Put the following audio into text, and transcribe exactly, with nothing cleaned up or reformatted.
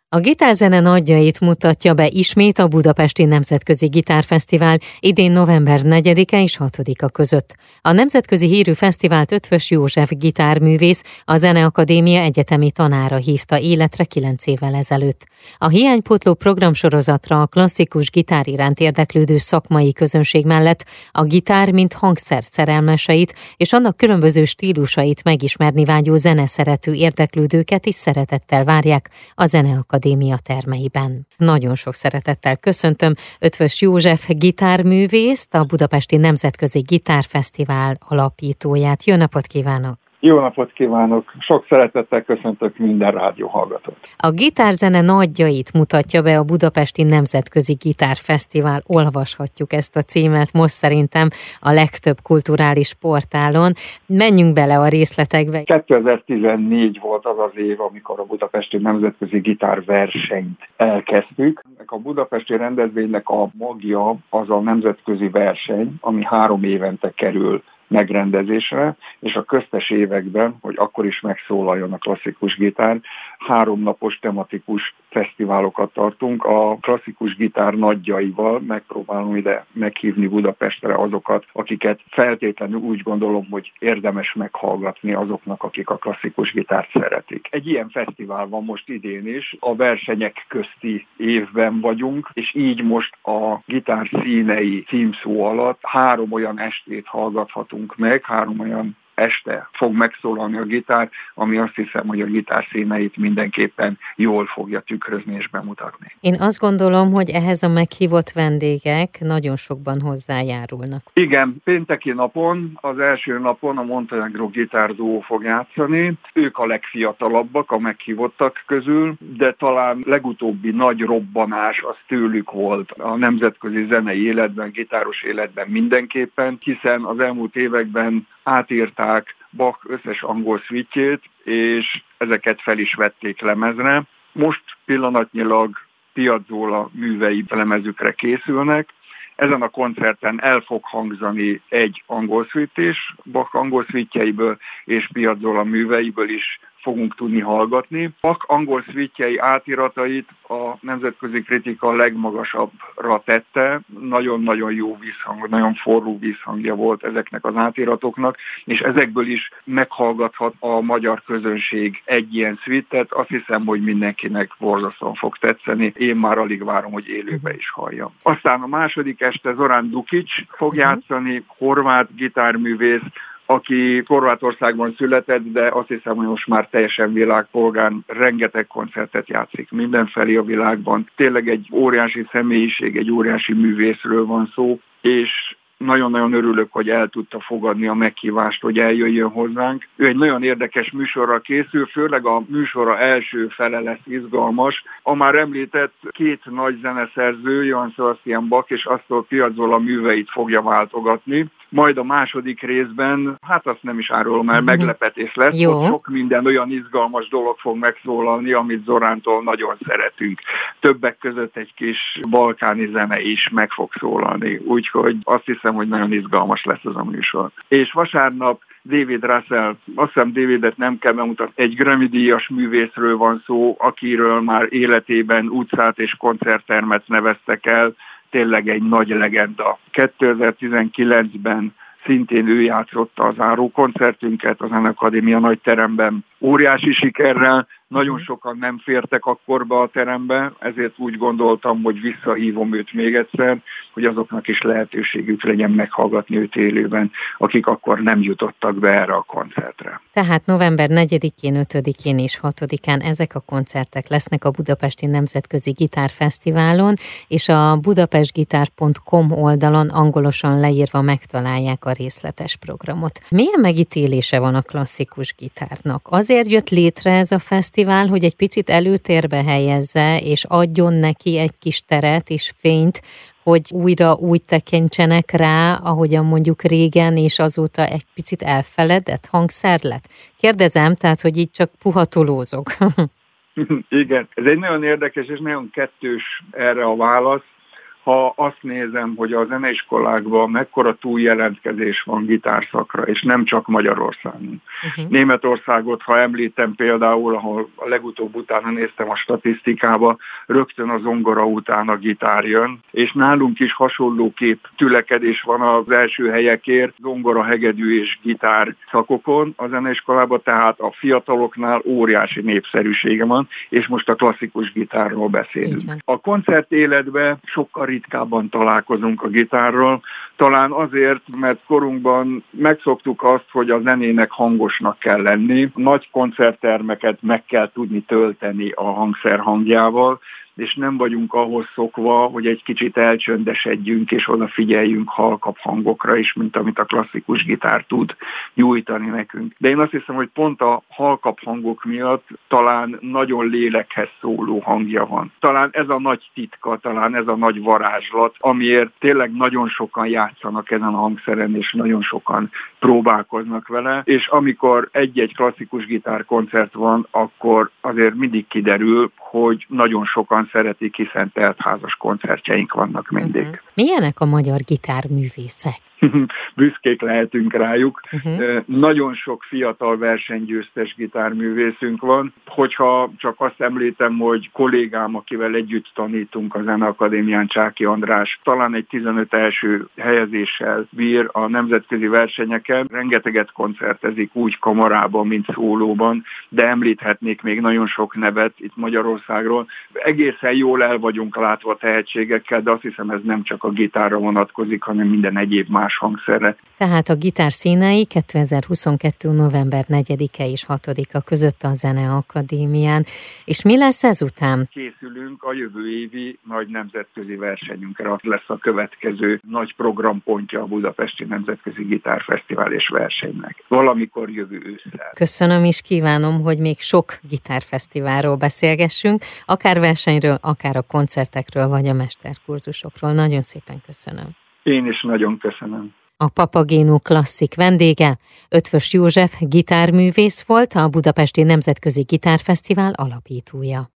A gitárzene nagyjait mutatja be ismét a Budapesti Nemzetközi Gitárfesztivál idén november negyedike és hatodika között. A nemzetközi hírű fesztivált Eötvös József gitárművész, a Zeneakadémia egyetemi tanára hívta életre kilenc évvel ezelőtt. A hiánypótló programsorozatra a klasszikus gitár iránt érdeklődő szakmai közönség mellett a gitár mint hangszer szerelmeseit és annak különböző stílusait megismerni vágyó zeneszerető érdeklődőket is szeretettel várják a Zeneakadémia Akadémia termeiben. Nagyon sok szeretettel köszöntöm Eötvös József gitárművészt, a Budapesti Nemzetközi Gitárfesztivál alapítóját. Jó napot kívánok! Jó napot kívánok! Sok szeretettel köszöntök minden rádióhallgatót. A gitárzene nagyjait mutatja be a Budapesti Nemzetközi Gitárfesztivál. Olvashatjuk ezt a címet most szerintem a legtöbb kulturális portálon. Menjünk bele a részletekbe. kétezer-tizennégy volt az az év, amikor a Budapesti Nemzetközi Gitárversenyt elkezdtük. A budapesti rendezvénynek a magja az a nemzetközi verseny, ami három évente kerül megrendezésre, és a köztes években, hogy akkor is megszólaljon a klasszikus gitár, háromnapos tematikus fesztiválokat tartunk. A klasszikus gitár nagyjaival megpróbálom ide meghívni Budapestre azokat, akiket feltétlenül úgy gondolom, hogy érdemes meghallgatni azoknak, akik a klasszikus gitárt szeretik. Egy ilyen fesztivál van most idén is, a versenyek közti évben vagyunk, és így most a Gitár színei címszó alatt három olyan estét hallgathatunk meg, három olyan este fog megszólalni a gitár, ami azt hiszem, hogy a gitár színeit mindenképpen jól fogja tükrözni és bemutatni. Én azt gondolom, hogy ehhez a meghívott vendégek nagyon sokban hozzájárulnak. Igen, pénteki napon, az első napon a Montenegro gitárduó fog játszani. Ők a legfiatalabbak a meghívottak közül, de talán legutóbbi nagy robbanás az tőlük volt a nemzetközi zenei életben, gitáros életben mindenképpen, hiszen az elmúlt években átírták Bach összes angol szvítjét, és ezeket fel is vették lemezre. Most pillanatnyilag Piazzolla művei lemezükre készülnek. Ezen a koncerten el fog hangzani egy angol szvítés, Bach angol szvítjeiből és Piazzolla műveiből is fogunk tudni hallgatni. Bach angol szvítjei átiratait a nemzetközi kritika legmagasabbra tette. Nagyon-nagyon jó visszhang, nagyon forró visszhangja volt ezeknek az átiratoknak, és ezekből is meghallgathat a magyar közönség egy ilyen szvítet. Azt hiszem, hogy mindenkinek borzasztóan fog tetszeni. Én már alig várom, hogy élőbe is halljam. Aztán a második este Zoran Dukic fog játszani, horvát gitárművész, aki Horvátországban született, de azt hiszem, hogy most már teljesen világpolgár, rengeteg koncertet játszik mindenfelé a világban. Tényleg egy óriási személyiség, egy óriási művészről van szó, és nagyon-nagyon örülök, hogy el tudta fogadni a meghívást, hogy eljöjjön hozzánk. Ő egy nagyon érdekes műsorra készül, főleg a műsora első fele lesz izgalmas. A már említett két nagy zeneszerző, Johann Sebastian Bach és Astor Piazzolla műveit fogja váltogatni. Majd a második részben, hát azt nem is árulom, mert meglepetés lesz, hogy sok minden olyan izgalmas dolog fog megszólalni, amit Zorántól nagyon szeretünk. Többek között egy kis balkáni zene is meg fog szólalni, úgyhogy azt hiszem, hogy nagyon izgalmas lesz ez a műsor. És vasárnap David Russell, azt hiszem Davidet nem kell bemutatni, egy Grammy-díjas művészről van szó, akiről már életében utcát és koncerttermet neveztek el, tényleg egy nagy legenda. kétezer-tizenkilencben szintén ő játszotta a záró koncertünket a Zeneakadémia nagy teremben. Óriási sikerrel, nagyon sokan nem fértek akkor be a terembe, ezért úgy gondoltam, hogy visszahívom őt még egyszer, hogy azoknak is lehetőségük legyen meghallgatni őt élőben, akik akkor nem jutottak be erre a koncertre. Tehát november negyedikén, ötödikén és hatodikán ezek a koncertek lesznek a Budapesti Nemzetközi Gitárfesztiválon, és a budapestgitár pont com oldalon angolosan leírva megtalálják a részletes programot. Milyen megítélése van a klasszikus gitárnak? Azért jött létre ez a fesztivál, hogy egy picit előtérbe helyezze, és adjon neki egy kis teret és fényt, hogy újra úgy tekintsenek rá, ahogyan mondjuk régen, és azóta egy picit elfeledett hangszer lett? Kérdezem, tehát, hogy így csak puhatolózok. Igen, ez egy nagyon érdekes és nagyon kettős erre a válasz. Ha azt nézem, hogy a zeneiskolákban mekkora túljelentkezés van gitárszakra, és nem csak Magyarországon. Uh-huh. Németországot, ha említem például, ahol a legutóbb utána néztem a statisztikába, rögtön a zongora után a gitár jön, és nálunk is hasonlóképp tülekedés van az első helyekért, zongora, hegedű és gitár szakokon a zeneiskolában, tehát a fiataloknál óriási népszerűsége van, és most a klasszikus gitárról beszélünk. A koncert életben sokkal ritkábban találkozunk a gitárral, talán azért, mert korunkban megszoktuk azt, hogy a zenének hangosnak kell lenni, nagy koncerttermeket meg kell tudni tölteni a hangszer hangjával, és nem vagyunk ahhoz szokva, hogy egy kicsit elcsöndesedjünk, és odafigyeljünk halkabb hangokra is, mint amit a klasszikus gitár tud nyújtani nekünk. De én azt hiszem, hogy pont a halkabb hangok miatt talán nagyon lélekhez szóló hangja van. Talán ez a nagy titka, talán ez a nagy varázslat, amiért tényleg nagyon sokan játszanak ezen a hangszeren, és nagyon sokan próbálkoznak vele, és amikor egy-egy klasszikus gitárkoncert van, akkor azért mindig kiderül, hogy nagyon sokan szeretik, hiszen teltházas koncertjeink vannak mindig. Uh-huh. Milyenek a magyar gitárművészek? Büszkék lehetünk rájuk. Uh-huh. Nagyon sok fiatal versenygyőztes gitárművészünk van. Hogyha csak azt említem, hogy kollégám, akivel együtt tanítunk a Zeneakadémián, Csáky András, talán egy tizenöt első helyezéssel bír a nemzetközi versenyeken. Rengeteget koncertezik úgy kamarában, mint szólóban, de említhetnék még nagyon sok nevet itt Magyarországról. Egészen jól el vagyunk látva tehetségekkel, de azt hiszem, ez nem csak a gitárra vonatkozik, hanem minden egyéb más hangszerre. Tehát a gitár színei kétezer-huszonkettő. november negyedike és hatodika között a Zeneakadémián. És mi lesz ezután? Készülünk a jövő évi nagy nemzetközi versenyünkre. Az lesz a következő nagy programpontja a Budapesti Nemzetközi Gitárfesztivál és versenynek. Valamikor jövő ősszel. Köszönöm, és kívánom, hogy még sok gitárfesztiválról beszélgessünk, akár versenyről, akár a koncertekről, vagy a mesterkurzusokról. Nagyon szépen köszönöm. Én is nagyon köszönöm. A Papagéno klasszik vendége Eötvös József gitárművész volt, a Budapesti Nemzetközi Gitárfesztivál alapítója.